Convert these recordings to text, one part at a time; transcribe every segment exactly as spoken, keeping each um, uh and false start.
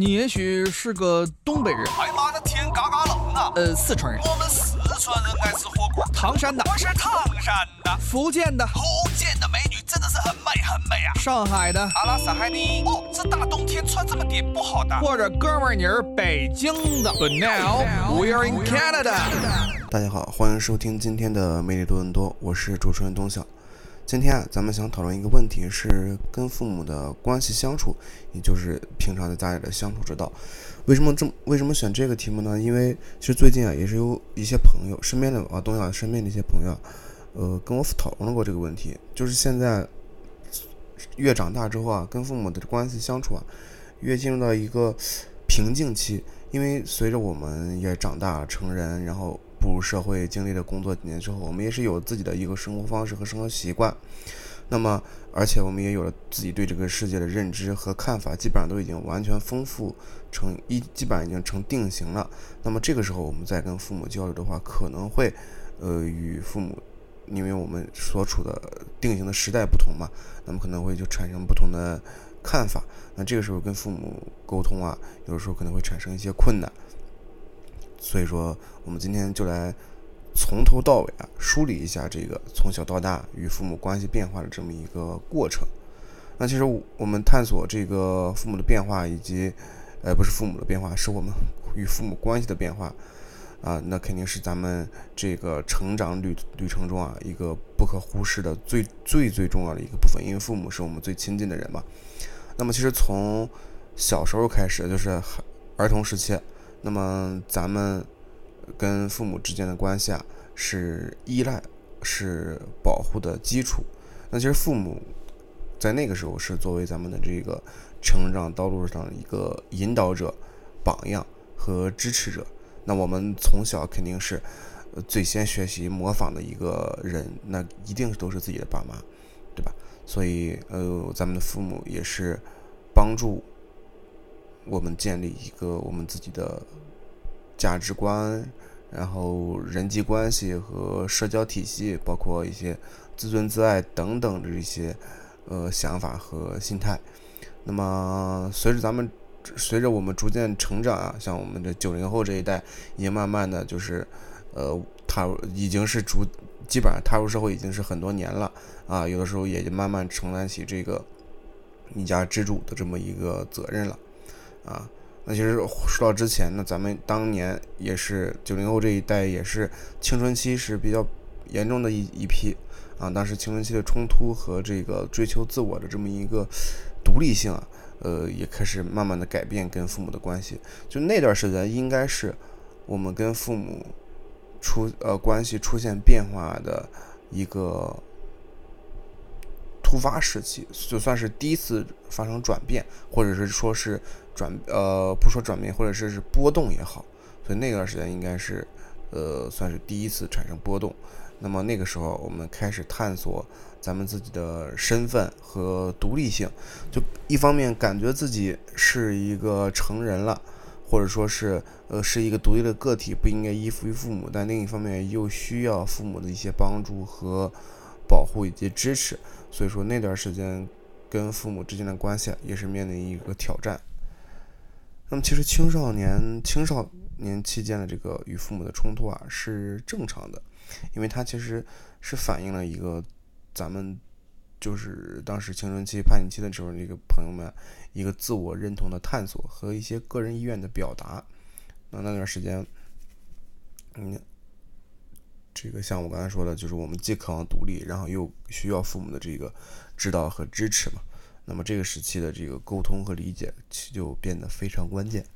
你也许是个东北人， 哎妈的天嘎嘎冷啊！ 呃，四川人， 我们四川人爱吃火锅。 唐山的， 我是唐山的， 福建的， 福建的美女真的是很美很美啊！ 上海的， 阿拉斯海尼，哦，这大冬天穿这么点不好的。 或者哥们儿你是北京的。But now we are in Canada。 大家好，欢迎收听今天的魅力多伦多，我是主持人东晓。今天啊，咱们想讨论一个问题，是跟父母的关系相处，也就是平常在家里的相处之道。为什么这么为什么选这个题目呢？因为其实最近啊，也是有一些朋友身边的啊，东晓身边的一些朋友，呃，跟我讨论过这个问题，就是现在越长大之后啊，跟父母的关系相处啊，越进入到一个瓶颈期，因为随着我们也长大成人，然后步入社会，经历了工作几年之后，我们也是有自己的一个生活方式和生活习惯。那么，而且我们也有了自己对这个世界的认知和看法，基本上都已经完全丰富成一，基本上已经成定型了。那么这个时候，我们再跟父母交流的话，可能会，呃，与父母，因为我们所处的定型的时代不同嘛，那么可能会就产生不同的看法。那这个时候跟父母沟通啊，有的时候可能会产生一些困难。所以说，我们今天就来从头到尾啊，梳理一下这个从小到大与父母关系变化的这么一个过程。那其实我们探索这个父母的变化，以及，呃，不是父母的变化，是我们与父母关系的变化啊，那肯定是咱们这个成长旅旅程中啊一个不可忽视的最最最重要的一个部分，因为父母是我们最亲近的人嘛。那么其实从小时候开始，就是儿童时期，那么咱们跟父母之间的关系啊，是依赖，是保护的基础。那其实父母在那个时候是作为咱们的这个成长道路上的一个引导者、榜样和支持者。那我们从小肯定是最先学习模仿的一个人，那一定都是自己的爸妈，对吧？所以呃，咱们的父母也是帮助我们建立一个我们自己的价值观，然后人际关系和社交体系，包括一些自尊自爱等等这些呃想法和心态。那么随着咱们随着我们逐渐成长啊，像我们的九零后这一代，已经慢慢的就是呃踏入已经是逐基本上踏入社会已经是很多年了啊，有的时候也就慢慢承担起这个一家之主的这么一个责任了啊。那其实说到之前呢，咱们当年也是九零后这一代，也是青春期是比较严重的一一批啊。当时青春期的冲突和这个追求自我的这么一个独立性啊，呃，也开始慢慢的改变跟父母的关系。就那段时间，应该是我们跟父母出呃关系出现变化的一个突发时期，就算是第一次发生转变，或者是说是转呃不说转变，或者是是波动也好，所以那段时间应该是呃算是第一次产生波动。那么那个时候我们开始探索咱们自己的身份和独立性，就一方面感觉自己是一个成人了，或者说是呃是一个独立的个体，不应该依附于父母，但另一方面又需要父母的一些帮助和保护以及支持。所以说那段时间跟父母之间的关系也是面临一个挑战。那么其实青少年青少年期间的这个与父母的冲突啊是正常的，因为它其实是反映了一个咱们就是当时青春期叛逆期的时候，这个朋友们一个自我认同的探索和一些个人意愿的表达。那那段时间嗯这个像我刚才说的，就是我们既渴望独立，然后又需要父母的这个指导和支持嘛。那么这个时期的这个沟通和理解就变得非常关键。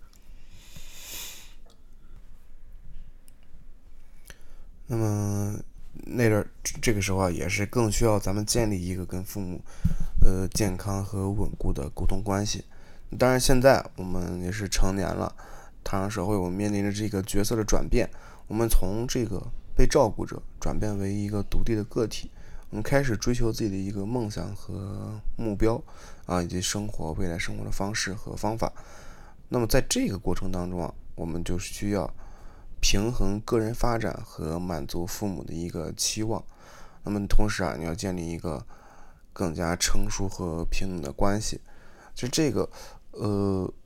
那么那阵这个时候啊，也是更需要咱们建立一个跟父母呃健康和稳固的沟通关系。当然现在我们也是成年了，踏上社会，我们面临着这个角色的转变，我们从这个被照顾者转变为一个独立的个体，我们开始追求自己的一个梦想和目标啊，以及生活未来生活的方式和方法。那么在这个过程当中啊，我们就需要平衡个人发展和满足父母的一个期望。那么同时啊，你要建立一个更加成熟和平等的关系。其实这个呃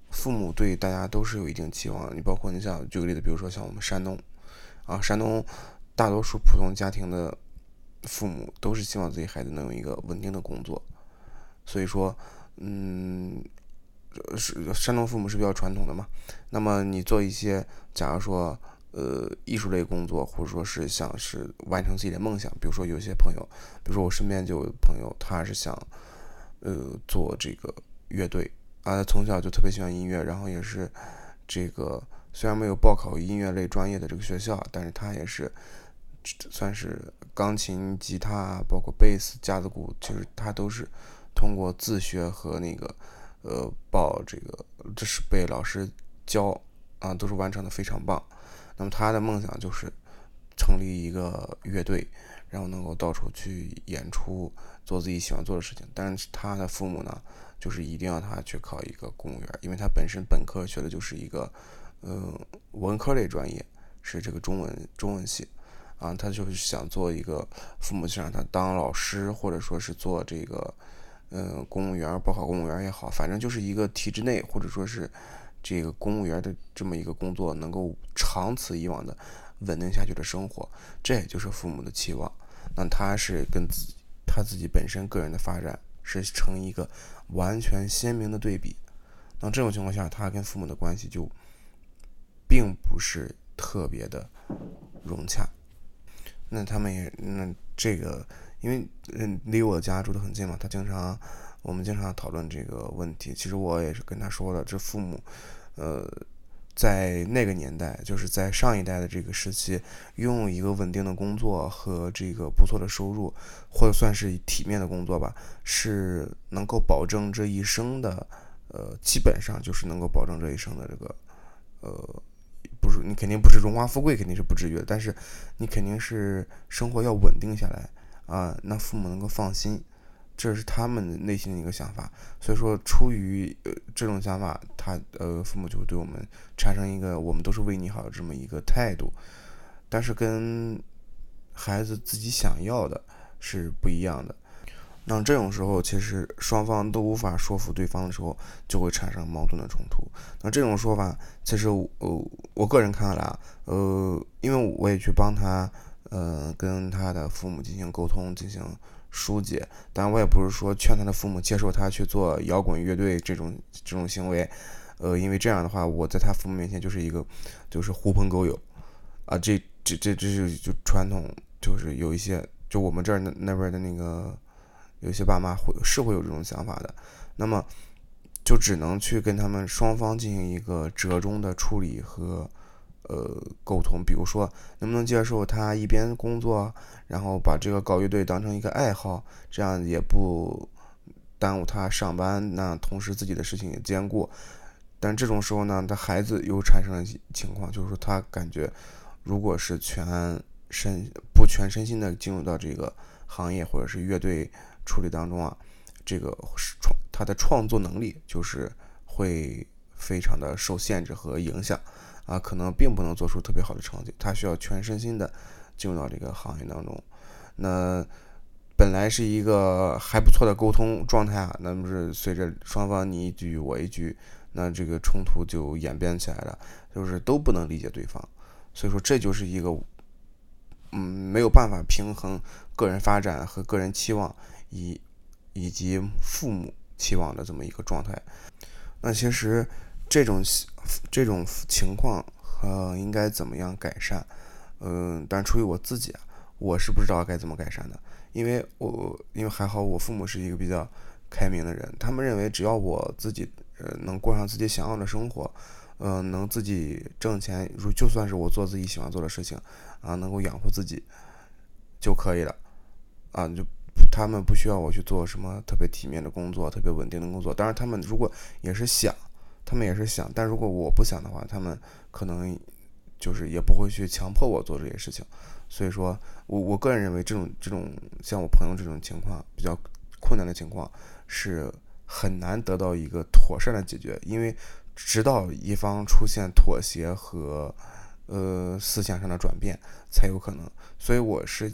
父母对大家都是有一定期望的。你包括你像举个例子，比如说像我们山东啊，山东大多数普通家庭的父母都是希望自己孩子能有一个稳定的工作，所以说，嗯，是山东父母是比较传统的嘛。那么你做一些，假如说，呃，艺术类工作，或者说是想是完成自己的梦想，比如说有些朋友，比如说我身边就有朋友，他是想，呃，做这个乐队啊，他从小就特别喜欢音乐，然后也是这个虽然没有报考音乐类专业的这个学校，但是他也是算是钢琴、吉他，包括贝斯、架子鼓，其实他都是通过自学和那个呃报这个，这是被老师教啊，都是完成的非常棒。那么他的梦想就是成立一个乐队，然后能够到处去演出，做自己喜欢做的事情。但是他的父母呢，就是一定要他去考一个公务员，因为他本身本科学的就是一个呃文科类专业，是这个中文中文系啊，他就是想做一个，父母就让他当老师，或者说是做这个呃公务员，报考公务员也好，反正就是一个体制内或者说是这个公务员的这么一个工作，能够长此以往的稳定下去的生活，这也就是父母的期望。那他是跟自己他自己本身个人的发展是成一个完全鲜明的对比。那这种情况下，他跟父母的关系就并不是特别的融洽。那他们也那这个，因为嗯离我家住得很近嘛，他经常我们经常讨论这个问题。其实我也是跟他说了，这父母，呃，在那个年代，就是在上一代的这个时期，拥有一个稳定的工作和这个不错的收入，或者算是体面的工作吧，是能够保证这一生的，呃，基本上就是能够保证这一生的这个，呃。不是你肯定不是荣华富贵，肯定是不至于的，但是你肯定是生活要稳定下来啊，那父母能够放心，这是他们内心的一个想法。所以说，出于呃这种想法，他呃父母就会对我们产生一个我们都是为你好的这么一个态度，但是跟孩子自己想要的是不一样的。那这种时候，其实双方都无法说服对方的时候，就会产生矛盾的冲突。那这种说法，其实呃，我个人看来，呃，因为我也去帮他，呃，跟他的父母进行沟通，进行疏解。但我也不是说劝他的父母接受他去做摇滚乐队这种这种行为，呃，因为这样的话，我在他父母面前就是一个就是狐朋狗友啊，这这这这是就传统，就是有一些就我们这儿那那边的那个。有些爸妈会是会有这种想法的，那么就只能去跟他们双方进行一个折中的处理和呃沟通。比如说，能不能接受他一边工作，然后把这个搞乐队当成一个爱好，这样也不耽误他上班，那同时自己的事情也兼顾。但这种时候呢，他孩子又产生了情况，就是说他感觉如果是全身不全身心的进入到这个行业或者是乐队处理当中啊，这个创他的创作能力就是会非常的受限制和影响啊，可能并不能做出特别好的成绩。他需要全身心的进入到这个行业当中。那本来是一个还不错的沟通状态啊，那么是随着双方你一句我一句，那这个冲突就演变起来了，就是都不能理解对方。所以说这就是一个嗯没有办法平衡个人发展和个人期望以以及父母期望的这么一个状态。那其实这种这种情况呃应该怎么样改善？嗯、呃，但出于我自己啊，我是不知道该怎么改善的，因为我因为还好我父母是一个比较开明的人，他们认为只要我自己呃能过上自己想要的生活，呃能自己挣钱，如就算是我做自己喜欢做的事情啊，能够养活自己就可以了啊，就。他们不需要我去做什么特别体面的工作，特别稳定的工作。当然，他们如果也是想，他们也是想，但如果我不想的话，他们可能就是也不会去强迫我做这些事情。所以说，我我个人认为，这种这种像我朋友这种情况比较困难的情况，是很难得到一个妥善的解决，因为直到一方出现妥协和呃思想上的转变才有可能。所以我是建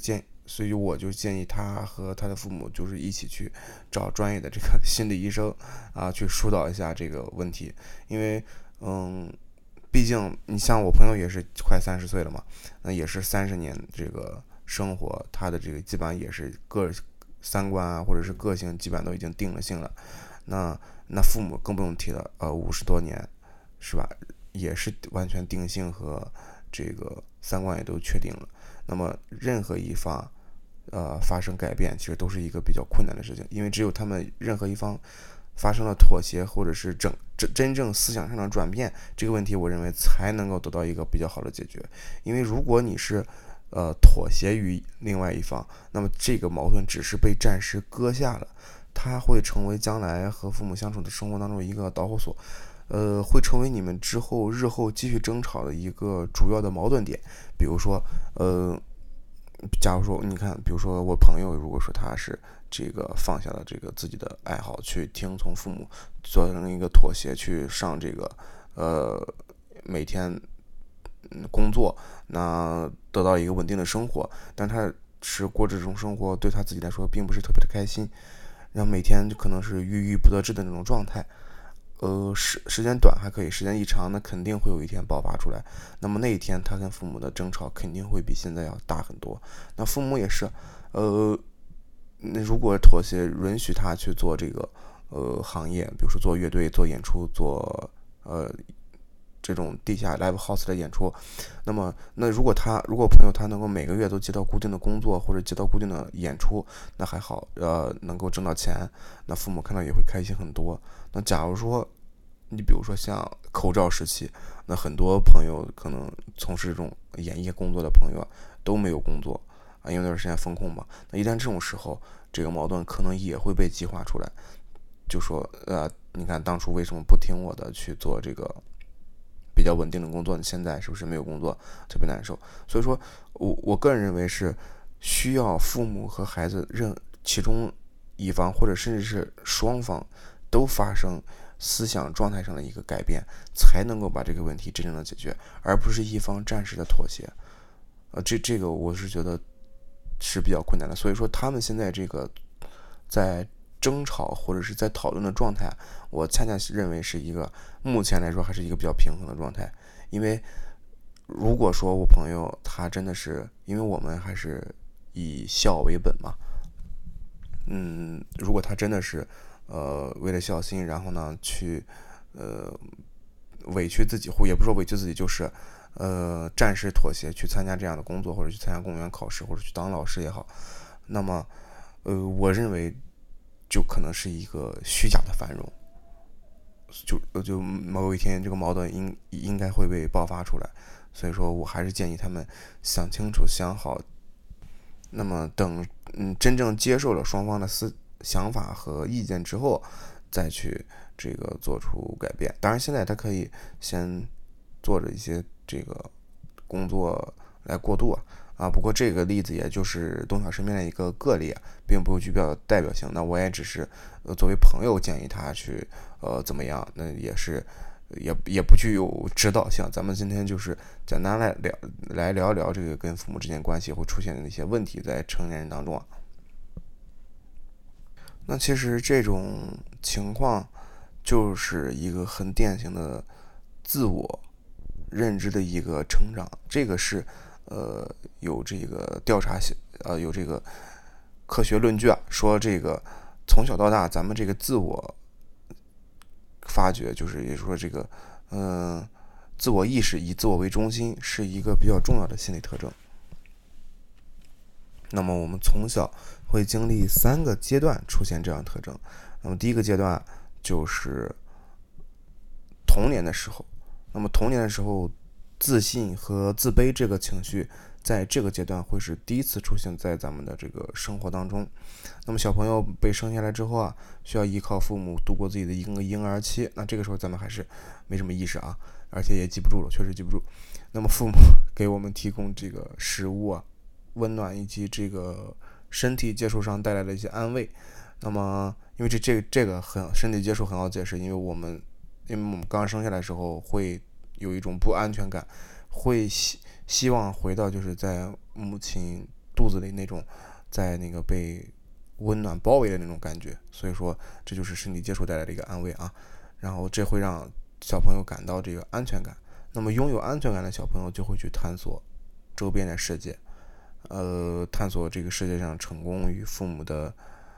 所以我就建议他和他的父母就是一起去找专业的这个心理医生啊，去疏导一下这个问题。因为嗯，毕竟你像我朋友也是快三十岁了嘛，那也是三十年这个生活，他的这个基本上也是个三观啊，或者是个性基本上都已经定了性了。那那父母更不用提了，呃，五十多年是吧，也是完全定性和这个三观也都确定了。那么任何一方呃发生改变，其实都是一个比较困难的事情，因为只有他们任何一方发生了妥协，或者是整真真正思想上的转变，这个问题我认为才能够得到一个比较好的解决。因为如果你是呃妥协于另外一方，那么这个矛盾只是被暂时搁下了，它会成为将来和父母相处的生活当中一个导火索。呃，会成为你们之后日后继续争吵的一个主要的矛盾点。比如说，呃，假如说你看，比如说我朋友，如果说他是这个放下了这个自己的爱好，去听从父母，做成一个妥协，去上这个呃每天工作，那得到一个稳定的生活，但他是过这种生活对他自己来说并不是特别的开心，然后每天可能是郁郁不得志的那种状态。呃，时时间短还可以，时间一长，那肯定会有一天爆发出来。那么那一天，他跟父母的争吵肯定会比现在要大很多。那父母也是，呃，那如果妥协允许他去做这个呃行业，比如说做乐队、做演出、做呃这种地下 live house 的演出，那么那如果他如果朋友他能够每个月都接到固定的工作或者接到固定的演出，那还好，呃，能够挣到钱，那父母看到也会开心很多。那假如说你比如说像口罩时期，那很多朋友可能从事这种演艺工作的朋友都没有工作啊，因为那段时间封控嘛。那一旦这种时候，这个矛盾可能也会被激化出来，就说呃，你看当初为什么不听我的去做这个比较稳定的工作，你现在是不是没有工作，特别难受？所以说我我个人认为是需要父母和孩子任其中一方或者甚至是双方都发生思想状态上的一个改变，才能够把这个问题真正的解决，而不是一方暂时的妥协。呃，这这个我是觉得是比较困难的。所以说他们现在这个在争吵或者是在讨论的状态，我恰恰认为是一个目前来说还是一个比较平衡的状态。因为如果说我朋友他真的是，因为我们还是以孝为本嘛，嗯，如果他真的是呃为了孝心，然后呢去呃委屈自己，或也不是说委屈自己，就是呃暂时妥协去参加这样的工作，或者去参加公务员考试，或者去当老师也好，那么呃我认为就可能是一个虚假的繁荣，就就某一天这个矛盾应应该会被爆发出来。所以说我还是建议他们想清楚想好，那么等嗯真正接受了双方的思想法和意见之后，再去这个做出改变。当然现在他可以先做着一些这个工作来过渡啊啊，不过这个例子也就是东晓身边的一个个例啊，并不具备代表性。那我也只是呃作为朋友建议他去呃怎么样，那也是也也不具有指导性。咱们今天就是简单来聊来聊聊这个跟父母之间关系会出现的一些问题，在成年人当中啊。那其实这种情况就是一个很典型的自我认知的一个成长，这个是呃有这个调查呃有这个科学论据啊，说这个从小到大咱们这个自我发掘，就是也就是说这个嗯、呃、自我意识以自我为中心是一个比较重要的心理特征。那么我们从小会经历三个阶段出现这样的特征。那么第一个阶段就是童年的时候，那么童年的时候自信和自卑这个情绪在这个阶段会是第一次出现在咱们的这个生活当中。那么小朋友被生下来之后啊，需要依靠父母度过自己的一个婴儿期，那这个时候咱们还是没什么意识啊，而且也记不住了，确实记不住。那么父母给我们提供这个食物啊、温暖以及这个身体接触上带来的一些安慰。那么因为这这这个很身体接触很好解释，因为我们因为我们刚生下来的时候会有一种不安全感，会希希望回到就是在母亲肚子里那种在那个被温暖包围的那种感觉，所以说这就是身体接触带来的一个安慰啊。然后这会让小朋友感到这个安全感，那么拥有安全感的小朋友就会去探索周边的世界，呃，探索这个世界上成功与父母的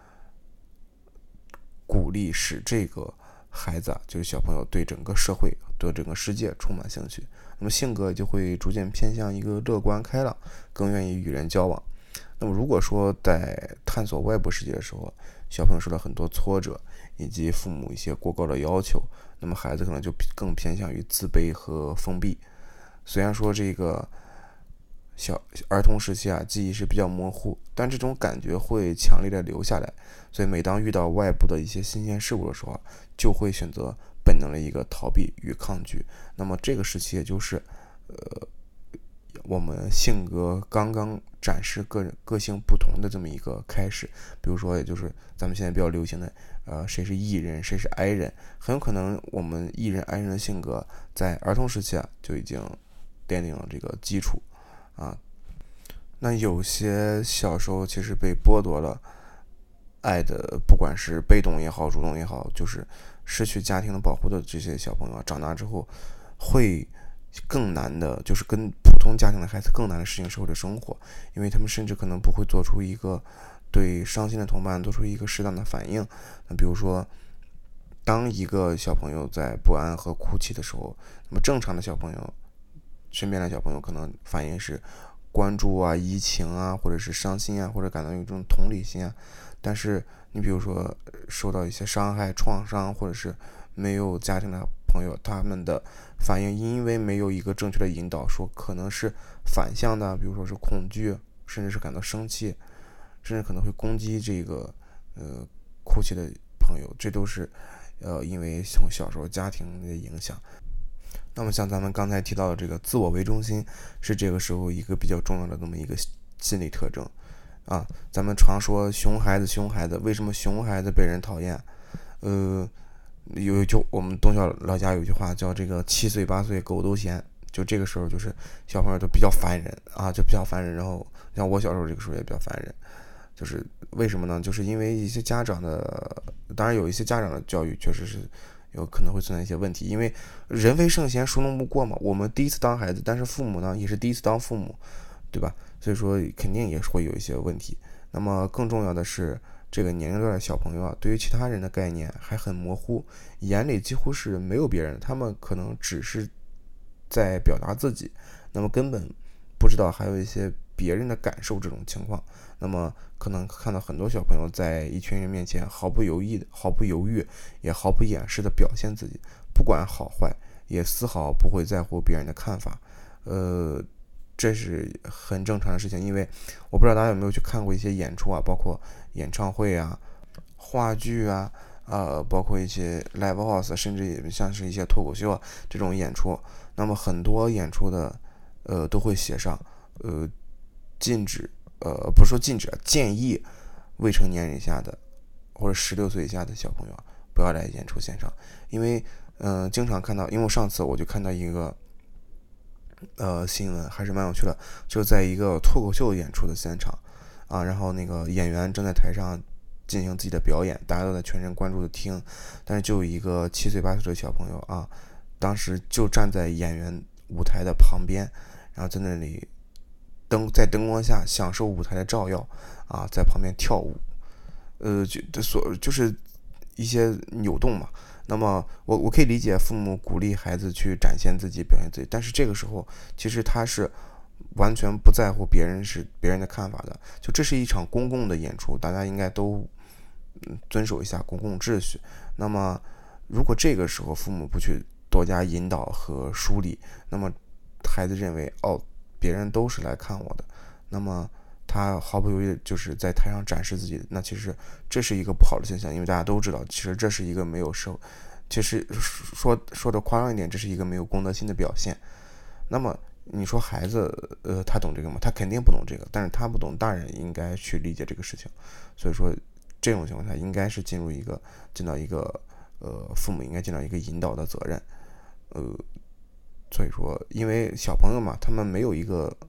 鼓励，使这个孩子啊，就是小朋友对整个社会、对整个世界充满兴趣，那么性格就会逐渐偏向一个乐观开朗，更愿意与人交往。那么如果说在探索外部世界的时候，小朋友受到很多挫折，以及父母一些过高的要求，那么孩子可能就更偏向于自卑和封闭。虽然说这个小儿童时期啊，记忆是比较模糊，但这种感觉会强烈的留下来，所以每当遇到外部的一些新鲜事物的时候啊，就会选择本能的一个逃避与抗拒。那么这个时期也就是呃我们性格刚刚展示个人个性不同的这么一个开始。比如说也就是咱们现在比较流行的呃谁是 E 人谁是 I 人，很有可能我们 E 人 I 人的性格在儿童时期啊就已经奠定了这个基础啊。那有些小时候其实被剥夺了爱的，不管是被动也好主动也好，就是失去家庭的保护的这些小朋友啊，长大之后会更难的，就是跟普通家庭的孩子更难的适应社会的生活，因为他们甚至可能不会做出一个对伤心的同伴做出一个适当的反应。那比如说当一个小朋友在不安和哭泣的时候，那么正常的小朋友身边的小朋友可能反应是关注啊、移情啊，或者是伤心啊，或者感到有一种同理心啊。但是你比如说受到一些伤害、创伤，或者是没有家庭的朋友，他们的反应因为没有一个正确的引导，说可能是反向的，比如说是恐惧，甚至是感到生气，甚至可能会攻击这个呃哭泣的朋友，这都是呃因为从小时候家庭的影响。那么像咱们刚才提到的这个自我为中心，是这个时候一个比较重要的这么一个心理特征啊。咱们常说熊孩子熊孩子，为什么熊孩子被人讨厌？呃，有就我们东小老家有句话叫这个七岁八岁狗都嫌，就这个时候就是小朋友都比较烦人啊，就比较烦人。然后像我小时候这个时候也比较烦人，就是为什么呢？就是因为一些家长的，当然有一些家长的教育确实是有可能会存在一些问题，因为人非圣贤，孰能不过嘛？我们第一次当孩子，但是父母呢也是第一次当父母，对吧？所以说肯定也会有一些问题。那么更重要的是，这个年龄段的小朋友啊，对于其他人的概念还很模糊，眼里几乎是没有别人，他们可能只是在表达自己，那么根本不知道还有一些别人的感受这种情况。那么可能看到很多小朋友在一群人面前毫不犹豫的、毫不犹豫也毫不掩饰的表现自己，不管好坏，也丝毫不会在乎别人的看法。呃，这是很正常的事情，因为我不知道大家有没有去看过一些演出啊，包括演唱会啊、话剧啊，呃，包括一些 live house， 甚至也像是一些脱口秀啊这种演出。那么很多演出的，呃，都会写上，呃，禁止。呃，不是说禁止，建议未成年人以下的或者十六岁以下的小朋友不要来演出现场，因为嗯、呃，经常看到，因为我上次我就看到一个呃新闻，还是蛮有趣的，就在一个脱口秀演出的现场啊，然后那个演员正在台上进行自己的表演，大家都在全神贯注的听，但是就有一个七岁八岁的小朋友啊，当时就站在演员舞台的旁边，然后在那里。灯在灯光下享受舞台的照耀啊，在旁边跳舞，呃，就所就是一些扭动嘛。那么我我可以理解父母鼓励孩子去展现自己、表现自己，但是这个时候其实他是完全不在乎别人是别人的看法的。就这是一场公共的演出，大家应该都遵守一下公共秩序。那么如果这个时候父母不去多加引导和梳理，那么孩子认为哦。别人都是来看我的，那么他毫不犹豫就是在台上展示自己，那其实这是一个不好的现象，因为大家都知道，其实这是一个没有受，其实说说的夸张一点，这是一个没有公德心的表现。那么你说孩子，呃，他懂这个吗？他肯定不懂这个，但是他不懂，大人应该去理解这个事情。所以说，这种情况下应该是进入一个尽到一个呃，父母应该尽到一个引导的责任，呃。所以说，因为小朋友嘛，他们没有一个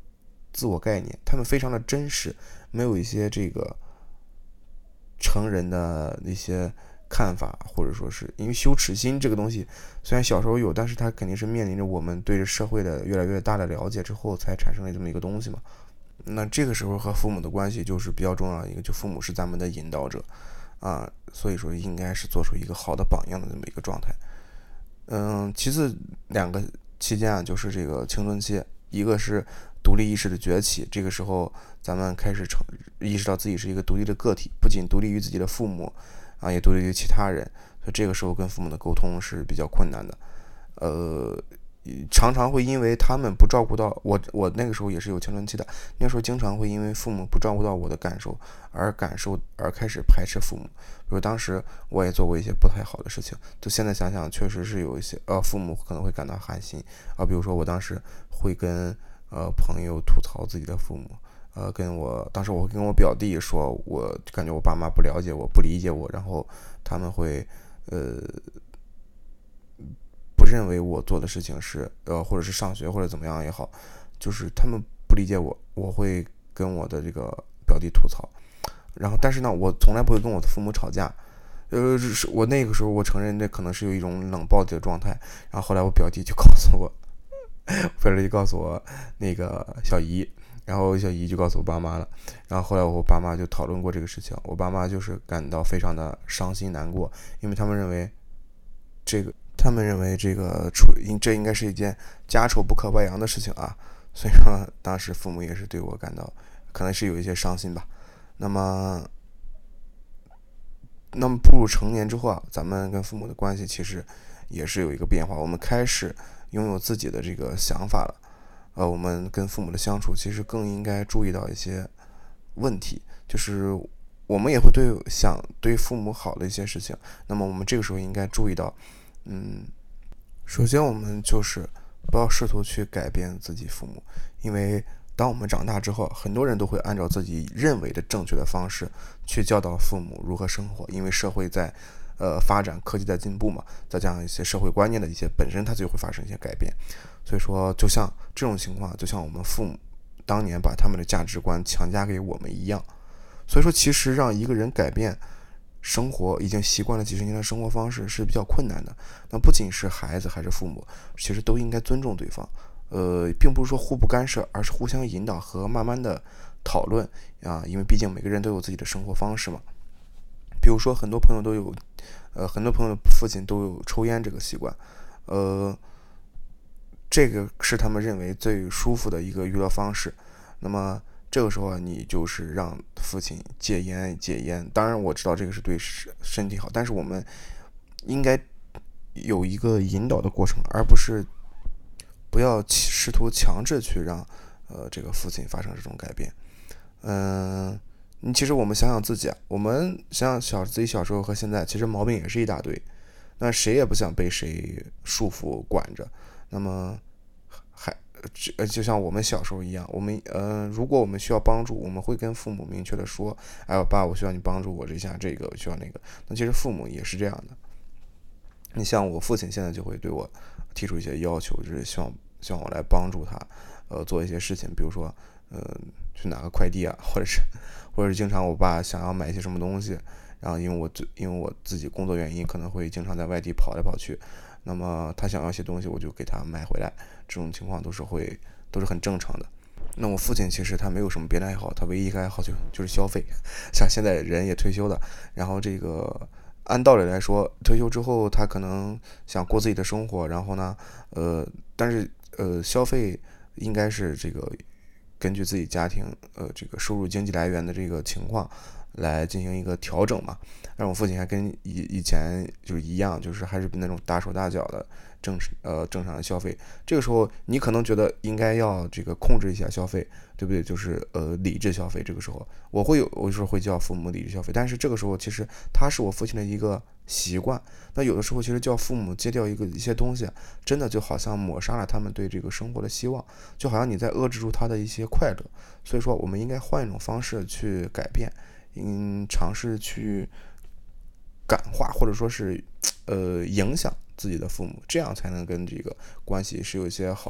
自我概念，他们非常的真实，没有一些这个成人的一些看法，或者说是因为羞耻心这个东西虽然小时候有，但是它肯定是面临着我们对社会的越来越大的了解之后才产生了这么一个东西嘛。那这个时候和父母的关系就是比较重要的一个，就父母是咱们的引导者啊，所以说应该是做出一个好的榜样的这么一个状态。嗯，其次两个期间啊，就是这个青春期，一个是独立意识的崛起，这个时候咱们开始成意识到自己是一个独立的个体，不仅独立于自己的父母啊，也独立于其他人，所以这个时候跟父母的沟通是比较困难的，呃。常常会因为他们不照顾到我，我那个时候也是有青春期的，那个时候经常会因为父母不照顾到我的感受而感受而开始排斥父母。比如当时我也做过一些不太好的事情，就现在想想确实是有一些呃父母可能会感到寒心啊。比如说我当时会跟呃朋友吐槽自己的父母，呃跟我当时我会跟我表弟说，我感觉我爸妈不了解我，不理解我，然后他们会呃。不认为我做的事情是呃，或者是上学或者怎么样也好，就是他们不理解我，我会跟我的这个表弟吐槽，然后但是呢，我从来不会跟我的父母吵架，呃，是我那个时候我承认这可能是有一种冷暴力的状态，然后后来我表弟就告诉我，表弟就告诉我那个小姨，然后小姨就告诉我爸妈了，然后后来我爸妈就讨论过这个事情，我爸妈就是感到非常的伤心难过，因为他们认为这个。他们认为这个处这应该是一件家丑不可外扬的事情啊，所以说当时父母也是对我感到可能是有一些伤心吧。那么，那么步入成年之后啊，咱们跟父母的关系其实也是有一个变化，我们开始拥有自己的这个想法了。呃，我们跟父母的相处其实更应该注意到一些问题，就是我们也会对想对父母好的一些事情，那么我们这个时候应该注意到。嗯，首先我们就是不要试图去改变自己父母，因为当我们长大之后，很多人都会按照自己认为的正确的方式去教导父母如何生活，因为社会在呃发展，科技在进步嘛，再加上一些社会观念的一些本身它就会发生一些改变，所以说就像这种情况，就像我们父母当年把他们的价值观强加给我们一样，所以说其实让一个人改变生活已经习惯了几十年的生活方式是比较困难的。那不仅是孩子还是父母，其实都应该尊重对方。呃，并不是说互不干涉，而是互相引导和慢慢的讨论啊。因为毕竟每个人都有自己的生活方式嘛。比如说很多朋友都有，呃，很多朋友的父亲都有抽烟这个习惯，呃，这个是他们认为最舒服的一个娱乐方式。那么这个时候啊，你就是让父亲戒烟戒烟。当然我知道这个是对身体好，但是我们应该有一个引导的过程，而不是不要试图强制去让呃这个父亲发生这种改变。嗯、呃，其实我们想想自己啊，我们想想小自己小时候和现在，其实毛病也是一大堆。那谁也不想被谁束缚管着。那么还。呃，就像我们小时候一样，我们呃，如果我们需要帮助，我们会跟父母明确的说：“哎，我爸，我需要你帮助我这下这个，我需要那个。”那其实父母也是这样的。你像我父亲现在就会对我提出一些要求，就是希望希望我来帮助他，呃，做一些事情，比如说呃，去拿个快递啊，或者是或者是经常我爸想要买一些什么东西，然后因为我因为我自己工作原因，可能会经常在外地跑来跑去。那么他想要一些东西，我就给他买回来，这种情况都是会都是很正常的。那我父亲其实他没有什么别的爱好，他唯一一个爱好就就是消费。像现在人也退休了，然后这个按道理来说，退休之后他可能想过自己的生活，然后呢，呃，但是呃，消费应该是这个根据自己家庭呃这个收入经济来源的这个情况来进行一个调整嘛。让我父亲还跟以以前就是一样，就是还是那种大手大脚的正呃正常的消费。这个时候你可能觉得应该要这个控制一下消费，对不对？就是呃理智消费。这个时候我会有我就是会叫父母理智消费，但是这个时候其实他是我父亲的一个习惯。那有的时候其实叫父母戒掉一个一些东西，真的就好像抹杀了他们对这个生活的希望，就好像你在遏制住他的一些快乐。所以说我们应该换一种方式去改变，嗯，尝试去感化或者说是呃影响自己的父母，这样才能跟这个关系是有一些好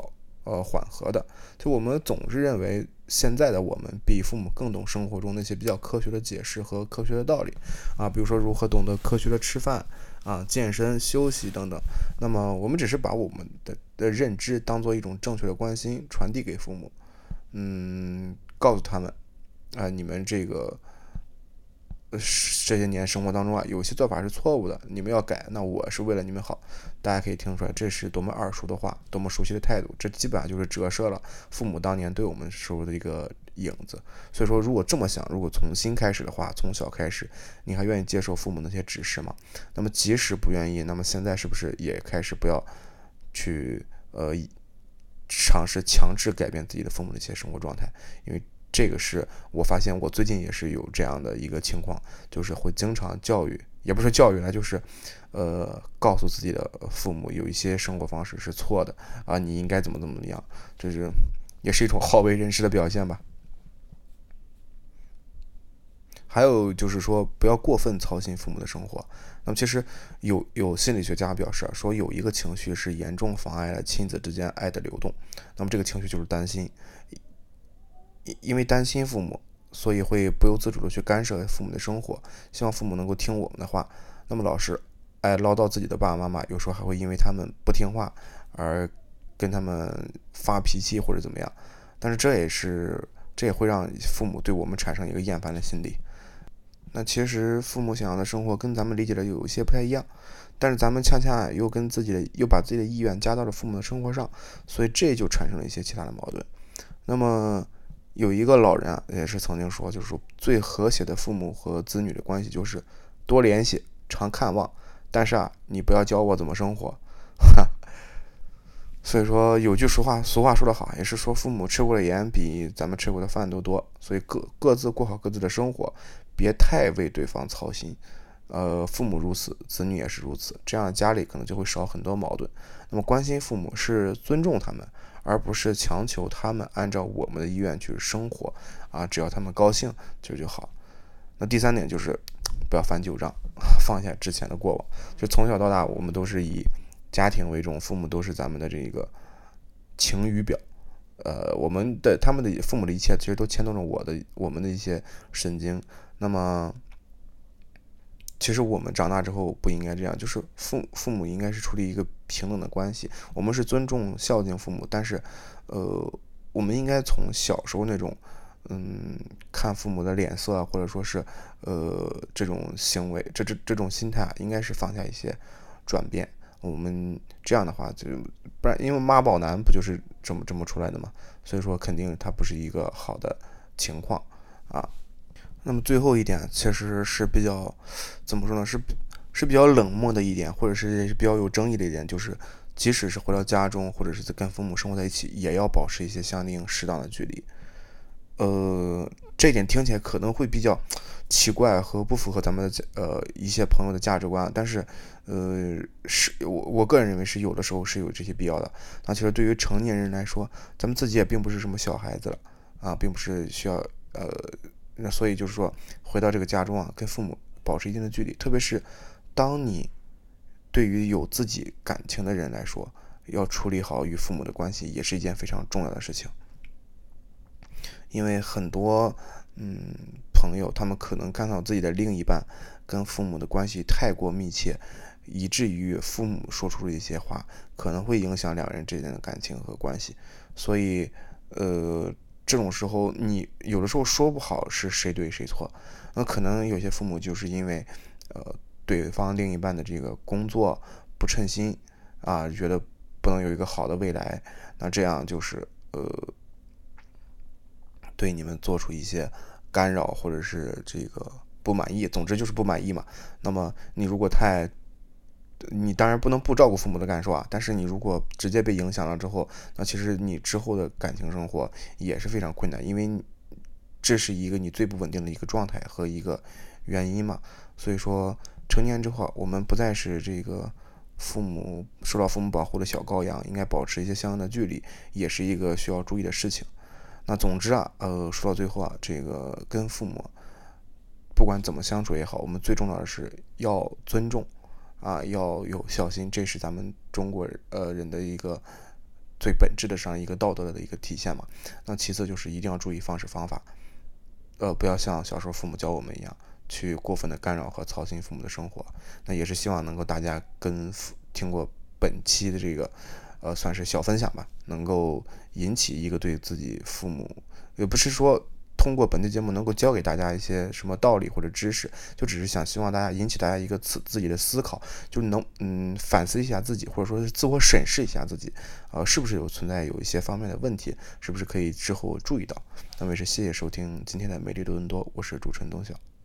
呃缓和的。就我们总是认为现在的我们比父母更懂生活中那些比较科学的解释和科学的道理啊，比如说如何懂得科学的吃饭啊、健身、休息等等。那么我们只是把我们的的认知当做一种正确的关心传递给父母，嗯，告诉他们啊、呃，你们这个。这些年生活当中啊，有些做法是错误的，你们要改。那我是为了你们好，大家可以听出来，这是多么耳熟的话，多么熟悉的态度。这基本上就是折射了父母当年对我们时候的一个影子。所以说，如果这么想，如果从新开始的话，从小开始，你还愿意接受父母那些指示吗？那么即使不愿意，那么现在是不是也开始不要去呃尝试强制改变自己的父母的一些生活状态？因为这个是我发现我最近也是有这样的一个情况，就是会经常教育，也不是教育了，就是呃告诉自己的父母有一些生活方式是错的啊，你应该怎么怎么样，这是也是一种好为人师的表现吧。还有就是说，不要过分操心父母的生活。那么其实有有心理学家表示说，有一个情绪是严重妨碍了亲子之间爱的流动，那么这个情绪就是担心。因为担心父母，所以会不由自主的去干涉父母的生活，希望父母能够听我们的话。那么老是爱唠叨自己的爸爸妈妈，有时候还会因为他们不听话而跟他们发脾气或者怎么样。但是这也是这也会让父母对我们产生一个厌烦的心理。那其实父母想要的生活跟咱们理解的有一些不太一样，但是咱们恰恰又跟自己的又把自己的意愿加到了父母的生活上，所以这就产生了一些其他的矛盾。那么有一个老人啊，也是曾经说，就是说最和谐的父母和子女的关系就是多联系、常看望，但是啊，你不要教我怎么生活。所以说有句俗话，俗话说得好，也是说父母吃过的盐比咱们吃过的饭都多，所以各各自过好各自的生活，别太为对方操心。呃，父母如此，子女也是如此，这样家里可能就会少很多矛盾。那么关心父母是尊重他们，而不是强求他们按照我们的意愿去生活啊，只要他们高兴就就好。那第三点就是不要翻旧账，放下之前的过往。就从小到大，我们都是以家庭为重，父母都是咱们的这个晴雨表。呃，我们的他们的父母的一切其实都牵动着我的我们的一些神经。那么其实我们长大之后不应该这样，就是父父母应该是处理一个平等的关系，我们是尊重孝敬父母，但是呃我们应该从小时候那种嗯看父母的脸色啊，或者说是呃这种行为这这这种心态应该是放下一些转变。我们这样的话就不然，因为妈宝男不就是这么这么出来的嘛，所以说肯定它不是一个好的情况啊。那么最后一点其实是比较怎么说呢，是是比较冷漠的一点，或者是比较有争议的一点，就是即使是回到家中，或者是跟父母生活在一起，也要保持一些相应适当的距离。呃，这一点听起来可能会比较奇怪和不符合咱们的呃一些朋友的价值观，但是呃是我我个人认为是有的时候是有这些必要的。那其实对于成年人来说，咱们自己也并不是什么小孩子了啊，并不是需要呃。那所以就是说，回到这个家中啊，跟父母保持一定的距离，特别是当你对于有自己感情的人来说，要处理好与父母的关系，也是一件非常重要的事情。因为很多嗯朋友，他们可能看到自己的另一半跟父母的关系太过密切，以至于父母说出的一些话，可能会影响两人之间的感情和关系，所以呃。这种时候你有的时候说不好是谁对谁错，那可能有些父母就是因为呃对方另一半的这个工作不称心啊，觉得不能有一个好的未来，那这样就是呃对你们做出一些干扰或者是这个不满意，总之就是不满意嘛。那么你如果太你当然不能不照顾父母的感受啊，但是你如果直接被影响了之后，那其实你之后的感情生活也是非常困难，因为这是一个你最不稳定的一个状态和一个原因嘛。所以说成年之后，我们不再是这个父母受到父母保护的小羔羊，应该保持一些相应的距离，也是一个需要注意的事情。那总之啊，呃，说到最后啊，这个跟父母不管怎么相处也好，我们最重要的是要尊重。啊，要有孝心，这是咱们中国呃人的一个最本质的上一个道德的一个体现嘛。那其次就是一定要注意方式方法，呃，不要像小时候父母教我们一样，去过分的干扰和操心父母的生活。那也是希望能够大家跟听过本期的这个，呃，算是小分享吧，能够引起一个对自己父母，也不是说通过本期节目能够教给大家一些什么道理或者知识，就只是想希望大家引起大家一个自自己的思考，就能嗯反思一下自己，或者说是自我审视一下自己，呃，是不是有存在有一些方面的问题，是不是可以之后注意到。那么也是谢谢收听今天的美丽多伦多，我是主持人东晓。